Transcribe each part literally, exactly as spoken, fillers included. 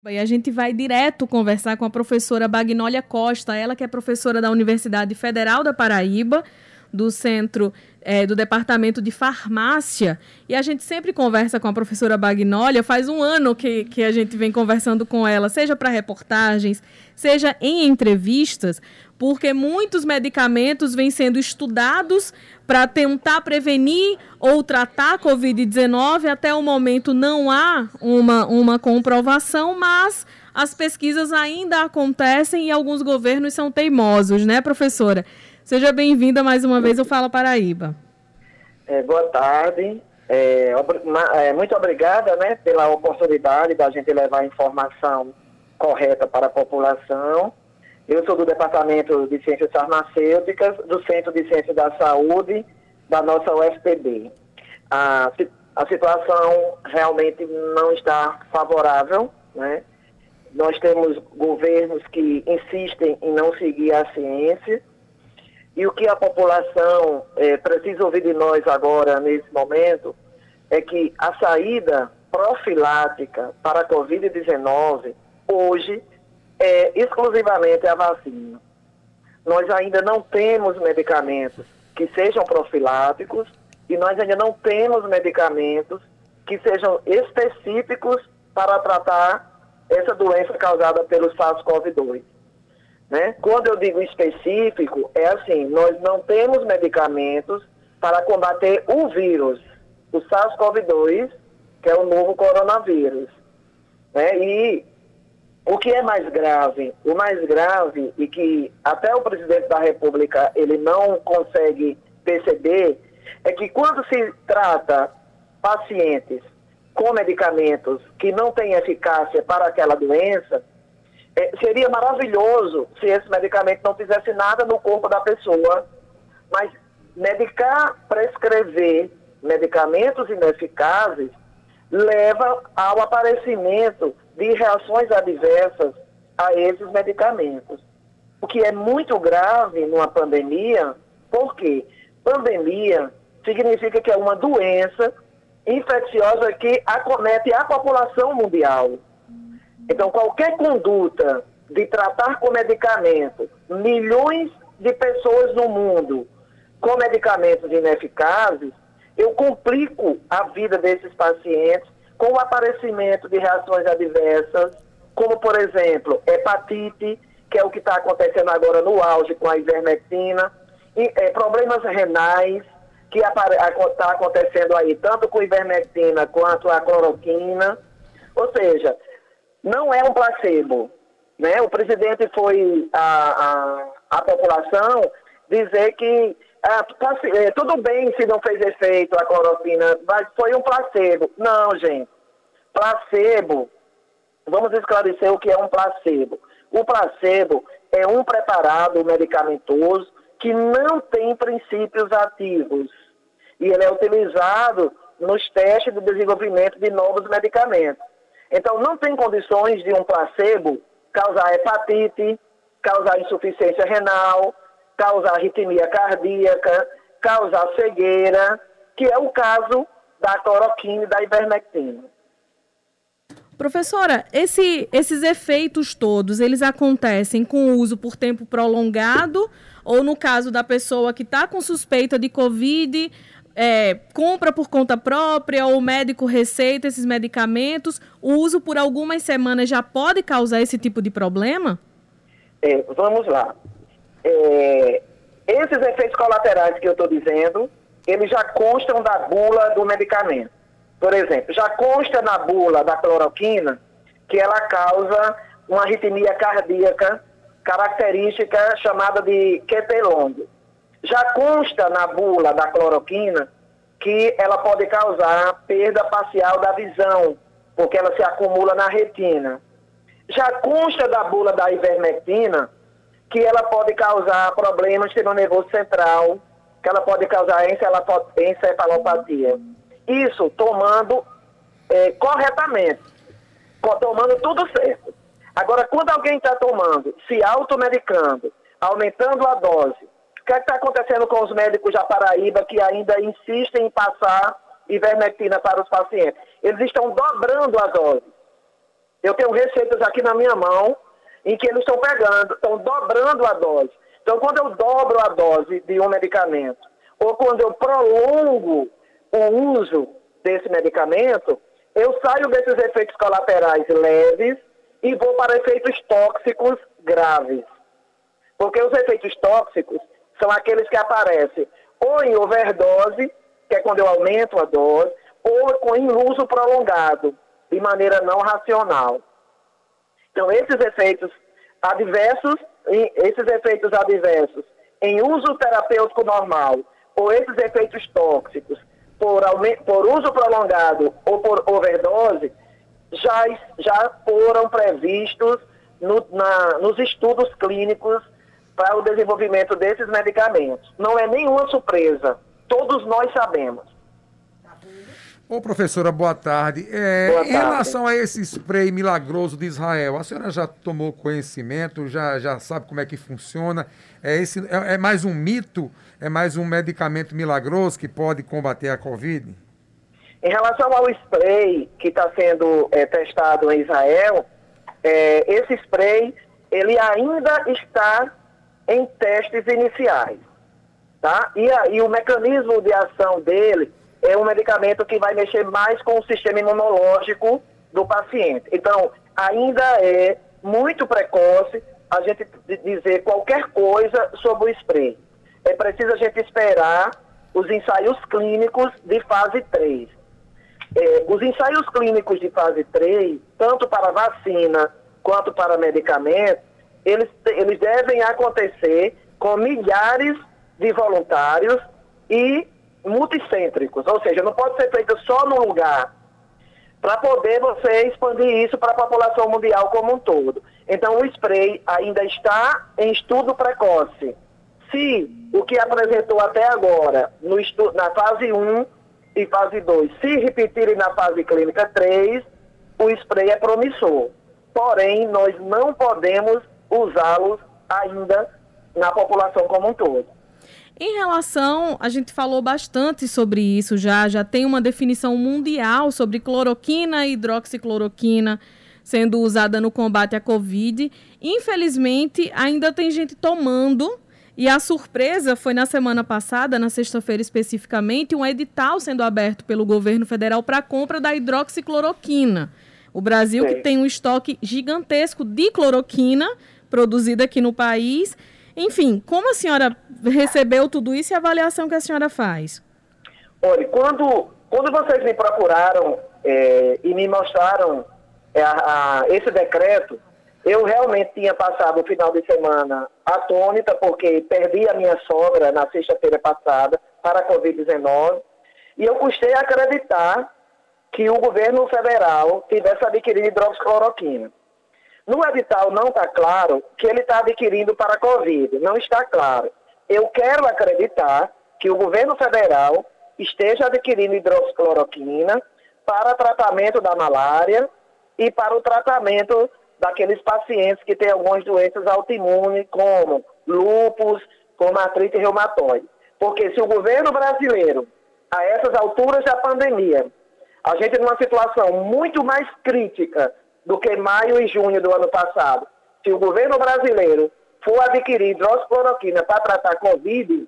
E a gente vai direto conversar com a professora Bagnólia Costa, ela que é professora da Universidade Federal da Paraíba, do Centro é, do Departamento de Farmácia. E a gente sempre conversa com a professora Bagnólia, faz um ano que, que a gente vem conversando com ela, seja para reportagens, seja em entrevistas, porque muitos medicamentos vêm sendo estudados para tentar prevenir ou tratar a covid dezenove. Até o momento não há uma, uma comprovação, mas as pesquisas ainda acontecem e alguns governos são teimosos, né, professora? Seja bem-vinda mais uma vez ao Fala Paraíba. É, boa tarde. É, ob- é, muito obrigada, né, pela oportunidade da gente levar a informação correta para a população. Eu sou do Departamento de Ciências Farmacêuticas, do Centro de Ciências da Saúde, da nossa U F P B. A, a situação realmente não está favorável, né? Nós temos governos que insistem em não seguir a ciência, e o que a população é, precisa ouvir de nós agora, nesse momento, é que a saída profilática para a covid dezenove, hoje, é exclusivamente a vacina. Nós ainda não temos medicamentos que sejam profiláticos e nós ainda não temos medicamentos que sejam específicos para tratar essa doença causada pelo SARS-CoV dois. Né? Quando eu digo específico, é assim, nós não temos medicamentos para combater o vírus, o SARS-CoV dois, que é o novo coronavírus. Né? E o que é mais grave? O mais grave, e que até o presidente da República ele não consegue perceber, é que quando se trata pacientes com medicamentos que não têm eficácia para aquela doença, é, seria maravilhoso se esse medicamento não fizesse nada no corpo da pessoa, mas medicar, prescrever medicamentos ineficazes leva ao aparecimento de reações adversas a esses medicamentos. O que é muito grave numa pandemia, porque pandemia significa que é uma doença infecciosa que acomete a população mundial. Então, qualquer conduta de tratar com medicamento milhões de pessoas no mundo com medicamentos ineficazes, eu complico a vida desses pacientes com o aparecimento de reações adversas, como, por exemplo, hepatite, que é o que está acontecendo agora no auge com a ivermectina, e, é, problemas renais, que está acontecendo aí tanto com a ivermectina quanto a cloroquina. Ou seja, não é um placebo, né? O presidente foi à, à, à população dizer que ah, tudo bem se não fez efeito a cloroquina, mas foi um placebo. Não, gente. Placebo, vamos esclarecer o que é um placebo. O placebo é um preparado medicamentoso que não tem princípios ativos. E ele é utilizado nos testes de desenvolvimento de novos medicamentos. Então, não tem condições de um placebo causar hepatite, causar insuficiência renal, causar arritmia cardíaca, causar cegueira, que é o caso da cloroquina e da ivermectina. Professora, esse, esses efeitos todos, eles acontecem com o uso por tempo prolongado ou no caso da pessoa que está com suspeita de Covid, é, compra por conta própria ou o médico receita esses medicamentos, o uso por algumas semanas já pode causar esse tipo de problema? É, vamos lá. É, esses efeitos colaterais que eu estou dizendo, eles já constam da bula do medicamento. Por exemplo, já consta na bula da cloroquina que ela causa uma arritmia cardíaca característica chamada de Q T long. Já consta na bula da cloroquina que ela pode causar perda parcial da visão, porque ela se acumula na retina. Já consta da bula da ivermectina que ela pode causar problemas no sistema nervoso central, que ela pode causar encefalopatia. Isso tomando é, corretamente, tomando tudo certo. Agora, quando alguém está tomando, se automedicando, aumentando a dose, o que é está acontecendo com os médicos da Paraíba que ainda insistem em passar ivermectina para os pacientes? Eles estão dobrando a dose. Eu tenho receitas aqui na minha mão em que eles estão pegando, estão dobrando a dose. Então, quando eu dobro a dose de um medicamento, ou quando eu prolongo o uso desse medicamento, eu saio desses efeitos colaterais leves e vou para efeitos tóxicos graves. Porque os efeitos tóxicos são aqueles que aparecem ou em overdose, que é quando eu aumento a dose, ou com em uso prolongado, de maneira não racional. Então, esses efeitos adversos, esses efeitos adversos em uso terapêutico normal, ou esses efeitos tóxicos por, por uso prolongado ou por overdose, já, já foram previstos no, na, nos estudos clínicos para o desenvolvimento desses medicamentos. Não é nenhuma surpresa, todos nós sabemos. Ô, professora, boa tarde. É, boa em tarde. relação a esse spray milagroso de Israel, a senhora já tomou conhecimento, já, já sabe como é que funciona? É, esse, é, é mais um mito? É mais um medicamento milagroso que pode combater a Covid? Em relação ao spray que está sendo é, testado em Israel, é, esse spray ele ainda está em testes iniciais. Tá? E, a, e o mecanismo de ação dele é um medicamento que vai mexer mais com o sistema imunológico do paciente. Então, ainda é muito precoce a gente dizer qualquer coisa sobre o spray. É preciso a gente esperar os ensaios clínicos de fase três. É, os ensaios clínicos de fase três, tanto para vacina quanto para medicamento, eles, eles devem acontecer com milhares de voluntários e multicêntricos, ou seja, não pode ser feito só num lugar para poder você expandir isso para a população mundial como um todo. Então, o spray ainda está em estudo precoce. Se o que apresentou até agora no estu- na fase um e fase dois se repetirem na fase clínica três, o spray é promissor. Porém, nós não podemos usá-los ainda na população como um todo. Em relação, a gente falou bastante sobre isso já, já tem uma definição mundial sobre cloroquina e hidroxicloroquina sendo usada no combate à Covid. Infelizmente, ainda tem gente tomando, e a surpresa foi na semana passada, na sexta-feira especificamente, um edital sendo aberto pelo governo federal para a compra da hidroxicloroquina. O Brasil, Sim. que tem um estoque gigantesco de cloroquina produzida aqui no país. Enfim, como a senhora recebeu tudo isso e a avaliação que a senhora faz? Olha, quando, quando vocês me procuraram é, e me mostraram é, a, a, esse decreto, eu realmente tinha passado o final de semana atônita, porque perdi a minha sogra na sexta-feira passada para a covid dezenove, e eu custei acreditar que o governo federal tivesse adquirido hidroxicloroquina. No edital não está claro que ele está adquirindo para a Covid, não está claro. Eu quero acreditar que o governo federal esteja adquirindo hidroxicloroquina para tratamento da malária e para o tratamento daqueles pacientes que têm algumas doenças autoimunes, como lúpus, como artrite reumatoide. Porque se o governo brasileiro, a essas alturas da pandemia, a gente numa situação muito mais crítica do que maio e junho do ano passado, se o governo brasileiro for adquirir hidroxicloroquina para tratar Covid,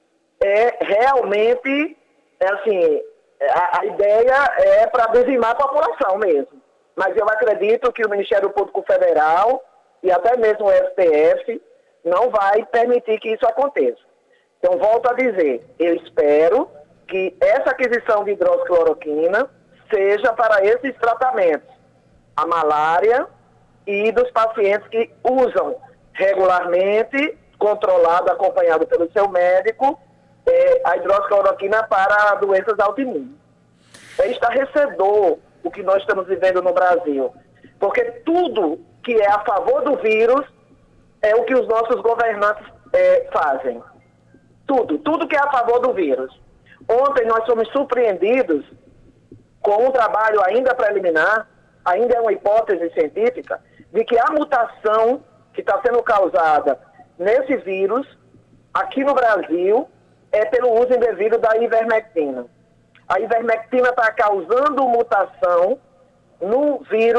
é realmente, é assim, a, a ideia é para dizimar a população mesmo. Mas eu acredito que o Ministério Público Federal e até mesmo o S T F não vai permitir que isso aconteça. Então, volto a dizer, eu espero que essa aquisição de hidroxicloroquina seja para esses tratamentos, a malária e dos pacientes que usam regularmente, controlado, acompanhado pelo seu médico, é, a hidroxicloroquina para doenças autoimunes. É estarrecedor o que nós estamos vivendo no Brasil, porque tudo que é a favor do vírus é o que os nossos governantes é, fazem. Tudo, tudo que é a favor do vírus. Ontem nós fomos surpreendidos com um trabalho ainda preliminar, ainda é uma hipótese científica, de que a mutação que está sendo causada nesse vírus, aqui no Brasil, é pelo uso indevido da ivermectina. A ivermectina está causando mutação no vírus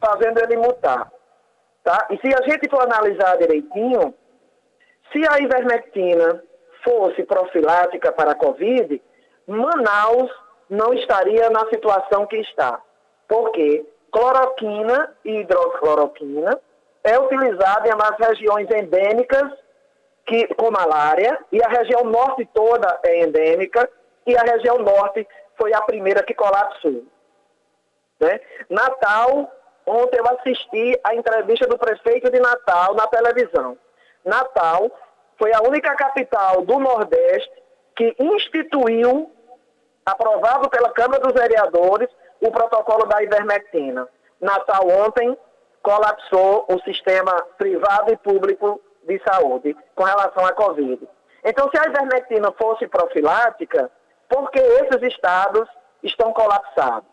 fazendo ele mutar. Tá? E se a gente for analisar direitinho, se a ivermectina fosse profilática para a Covid, Manaus não estaria na situação que está. Porque cloroquina e hidroxicloroquina é utilizada nas regiões endêmicas que, com malária, e a região norte toda é endêmica, e a região norte foi a primeira que colapsou. Né? Natal, ontem eu assisti a entrevista do prefeito de Natal na televisão. Natal foi a única capital do Nordeste que instituiu, aprovado pela Câmara dos Vereadores, o protocolo da ivermectina. Natal ontem colapsou o sistema privado e público de saúde com relação à Covid. Então, se a ivermectina fosse profilática, por que esses estados estão colapsados?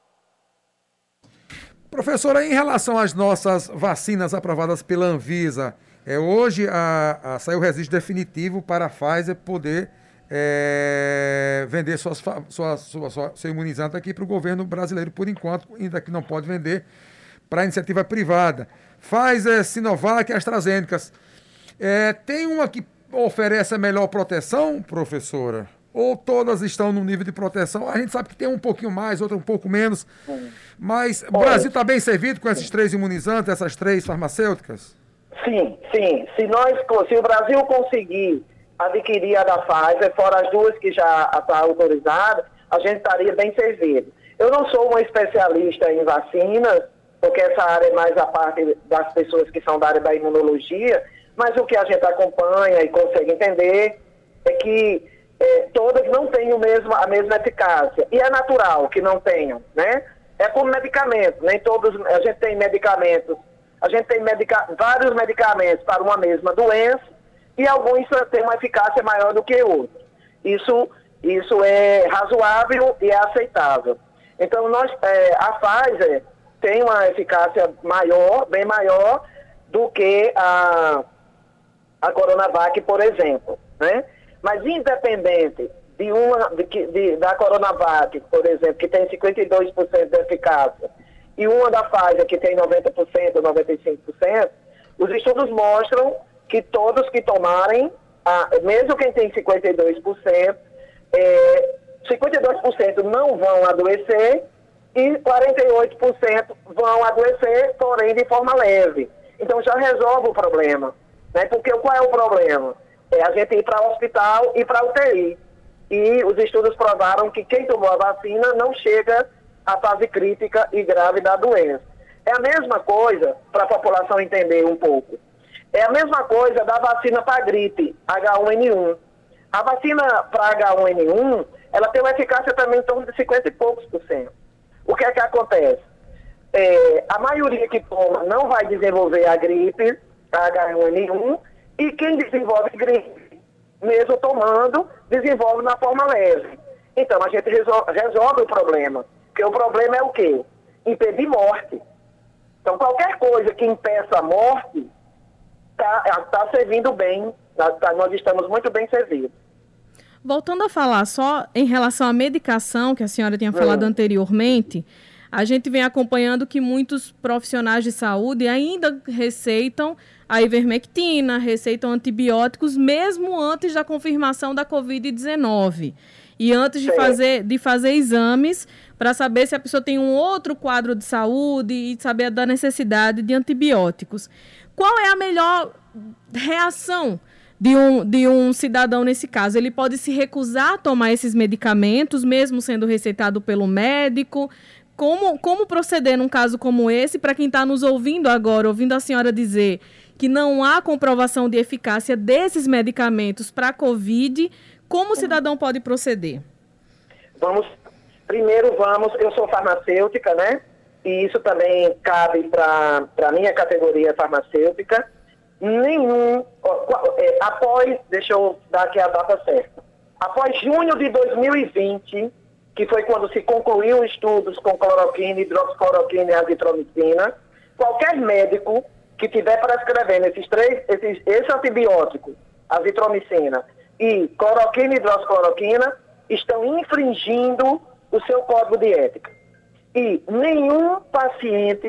Professora, em relação às nossas vacinas aprovadas pela Anvisa, é, hoje a, a, saiu o registro definitivo para a Pfizer poder é, vender suas, sua, sua, sua, seu imunizante aqui para o governo brasileiro, por enquanto, ainda que não pode vender para a iniciativa privada. Pfizer, Sinovac e AstraZeneca. É, tem uma que oferece a melhor proteção, professora? Ou todas estão no nível de proteção? A gente sabe que tem um pouquinho mais, outra um pouco menos. Mas o Brasil está bem servido com esses três imunizantes, essas três farmacêuticas? Sim, sim. Se, nós, se o Brasil conseguir adquirir a da Pfizer, fora as duas que já está autorizada, a gente estaria bem servido. Eu não sou uma especialista em vacinas, porque essa área é mais a parte das pessoas que são da área da imunologia, mas o que a gente acompanha e consegue entender é que é, todas não têm o mesmo, a mesma eficácia. E é natural que não tenham, né? É como medicamento, nem todos, a gente tem medicamentos, a gente tem medica, vários medicamentos para uma mesma doença e alguns têm uma eficácia maior do que outros. Isso, isso é razoável e é aceitável. Então, nós, é, a Pfizer tem uma eficácia maior, bem maior do que a, a Coronavac, por exemplo, né? Mas independente de uma, de, de, da Coronavac, por exemplo, que tem cinquenta e dois por cento de eficácia, e uma da Pfizer, que tem noventa por cento, noventa e cinco por cento, os estudos mostram que todos que tomarem, a, mesmo quem tem cinquenta e dois por cento, é, cinquenta e dois por cento não vão adoecer e quarenta e oito por cento vão adoecer, porém de forma leve. Então já resolve o problema, né? Porque qual é o problema? É a gente ir para o hospital e para a U T I. E os estudos provaram que quem tomou a vacina não chega à fase crítica e grave da doença. É a mesma coisa, para a população entender um pouco, é a mesma coisa da vacina para a gripe, H um N um. A vacina para H um N um, ela tem uma eficácia também em torno de cinquenta e poucos por cento. O que é que acontece? É, a maioria que toma não vai desenvolver a gripe, a H um N um, e quem desenvolve gripe, mesmo tomando, desenvolve na forma leve. Então, a gente resolve, resolve o problema. Porque o problema é o quê? Impedir morte. Então, qualquer coisa que impeça a morte, está tá servindo bem. Tá, nós estamos muito bem servidos. Voltando a falar só em relação à medicação, que a senhora tinha falado hum. anteriormente, a gente vem acompanhando que muitos profissionais de saúde ainda receitam a ivermectina, receitam antibióticos, mesmo antes da confirmação da covid dezenove. E antes de fazer, de fazer exames para saber se a pessoa tem um outro quadro de saúde e saber da necessidade de antibióticos. Qual é a melhor reação de um, de um cidadão nesse caso? Ele pode se recusar a tomar esses medicamentos, mesmo sendo receitado pelo médico? Como, como proceder num caso como esse, para quem está nos ouvindo agora, ouvindo a senhora dizer que não há comprovação de eficácia desses medicamentos para a Covid, como o cidadão pode proceder? Vamos, primeiro vamos, eu sou farmacêutica, né? E isso também cabe para a minha categoria farmacêutica. Nenhum, é, após, deixa eu dar aqui a data certa, após junho de dois mil e vinte, que foi quando se concluiu estudos com cloroquina, hidroxicloroquina e azitromicina, qualquer médico que tiver prescrevendo esses três, esses, esse antibiótico, azitromicina e cloroquina e hidroxicloroquina, estão infringindo o seu código de ética. E nenhum paciente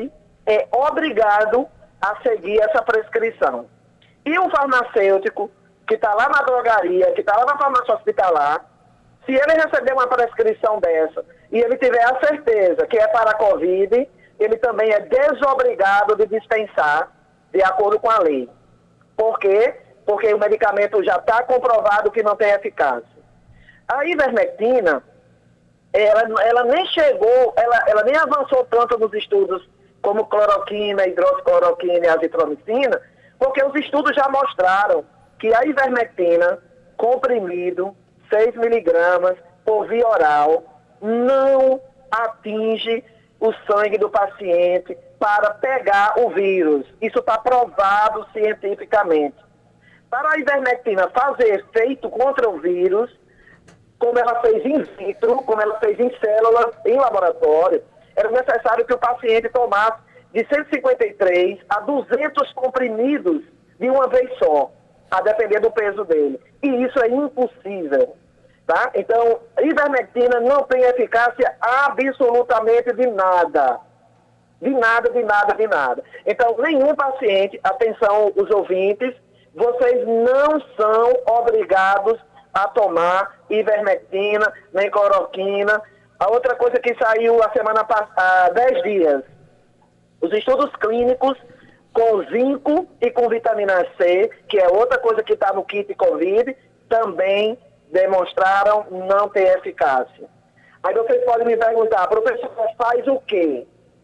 é obrigado a seguir essa prescrição. E o farmacêutico, que está lá na drogaria, que está lá na farmácia hospitalar, se ele receber uma prescrição dessa e ele tiver a certeza que é para a Covid, ele também é desobrigado de dispensar de acordo com a lei. Por quê? Porque o medicamento já está comprovado que não tem eficácia. A ivermectina, ela, ela nem chegou, ela, ela nem avançou tanto nos estudos como cloroquina, hidroxicloroquina e azitromicina, porque os estudos já mostraram que a ivermectina, comprimido, seis miligramas por via oral, não atinge o sangue do paciente para pegar o vírus. Isso está provado cientificamente. Para a ivermectina fazer efeito contra o vírus, como ela fez in vitro, como ela fez em células, em laboratório, era necessário que o paciente tomasse de cento e cinquenta e três a duzentos comprimidos de uma vez só, a depender do peso dele. E isso é impossível. Tá? Então, a ivermectina não tem eficácia absolutamente de nada. De nada, de nada, de nada. Então, nenhum paciente, atenção os ouvintes, vocês não são obrigados a tomar ivermectina, nem cloroquina. A outra coisa que saiu a semana passada, há dez dias, os estudos clínicos com zinco e com vitamina C, que é outra coisa que está no kit Covid, também demonstraram não ter eficácia. Aí vocês podem me perguntar, professor, faz o quê?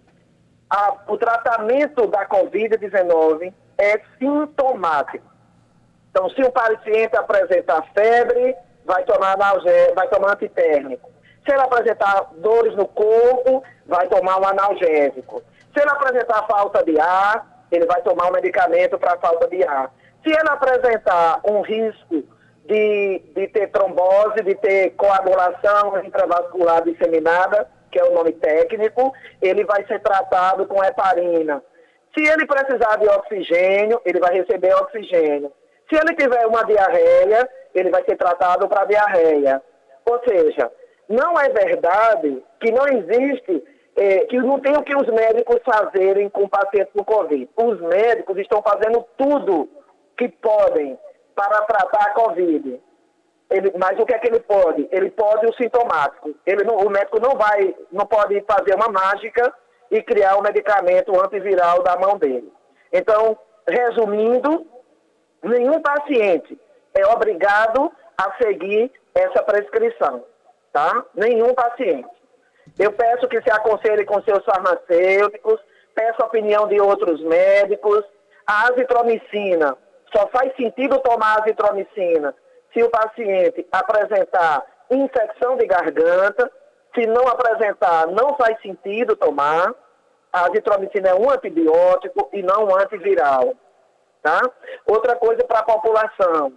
A, o tratamento da covid dezenove é sintomático. Então, se o paciente apresentar febre, vai tomar analgésico, vai tomar antitérmico. Se ele apresentar dores no corpo, vai tomar um analgésico. Se ele apresentar falta de ar, ele vai tomar um medicamento para falta de ar. Se ele apresentar um risco de, de ter trombose, de ter coagulação intravascular disseminada, que é o nome técnico, ele vai ser tratado com heparina. Se ele precisar de oxigênio, ele vai receber oxigênio. Se ele tiver uma diarreia, ele vai ser tratado para diarreia. Ou seja, não é verdade que não existe, eh, que não tem o que os médicos fazerem com pacientes com Covid. Os médicos estão fazendo tudo que podem para tratar a Covid. Ele, mas o que é que ele pode? Ele pode o sintomático. Ele não, o médico não vai, não pode fazer uma mágica e criar um medicamento antiviral da mão dele. Então, resumindo, nenhum paciente é obrigado a seguir essa prescrição, tá? Nenhum paciente. Eu peço que se aconselhe com seus farmacêuticos, peço a opinião de outros médicos. A azitromicina, só faz sentido tomar azitromicina se o paciente apresentar infecção de garganta. Se não apresentar, não faz sentido tomar. A azitromicina é um antibiótico e não um antiviral. Tá? Outra coisa para a população.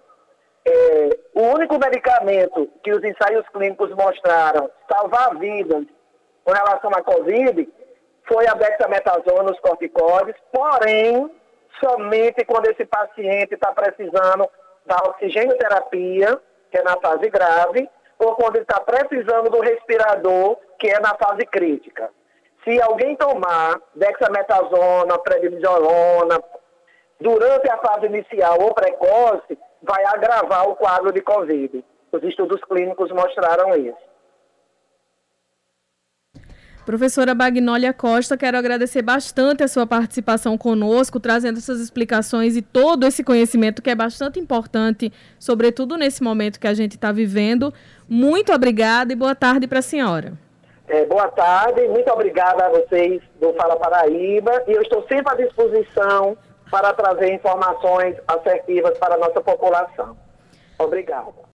É, o único medicamento que os ensaios clínicos mostraram salvar vidas com relação à Covid foi a dexametasona, os corticoides, porém, somente quando esse paciente está precisando da oxigenoterapia, que é na fase grave, ou quando ele está precisando do respirador, que é na fase crítica. Se alguém tomar dexametasona, prednisolona, durante a fase inicial ou precoce, vai agravar o quadro de Covid. Os estudos clínicos mostraram isso. Professora Bagnólia Costa, quero agradecer bastante a sua participação conosco, trazendo essas explicações e todo esse conhecimento que é bastante importante, sobretudo nesse momento que a gente está vivendo. Muito obrigada e boa tarde para a senhora. É, boa tarde, muito obrigada a vocês do Fala Paraíba, e eu estou sempre à disposição para trazer informações assertivas para a nossa população. Obrigada.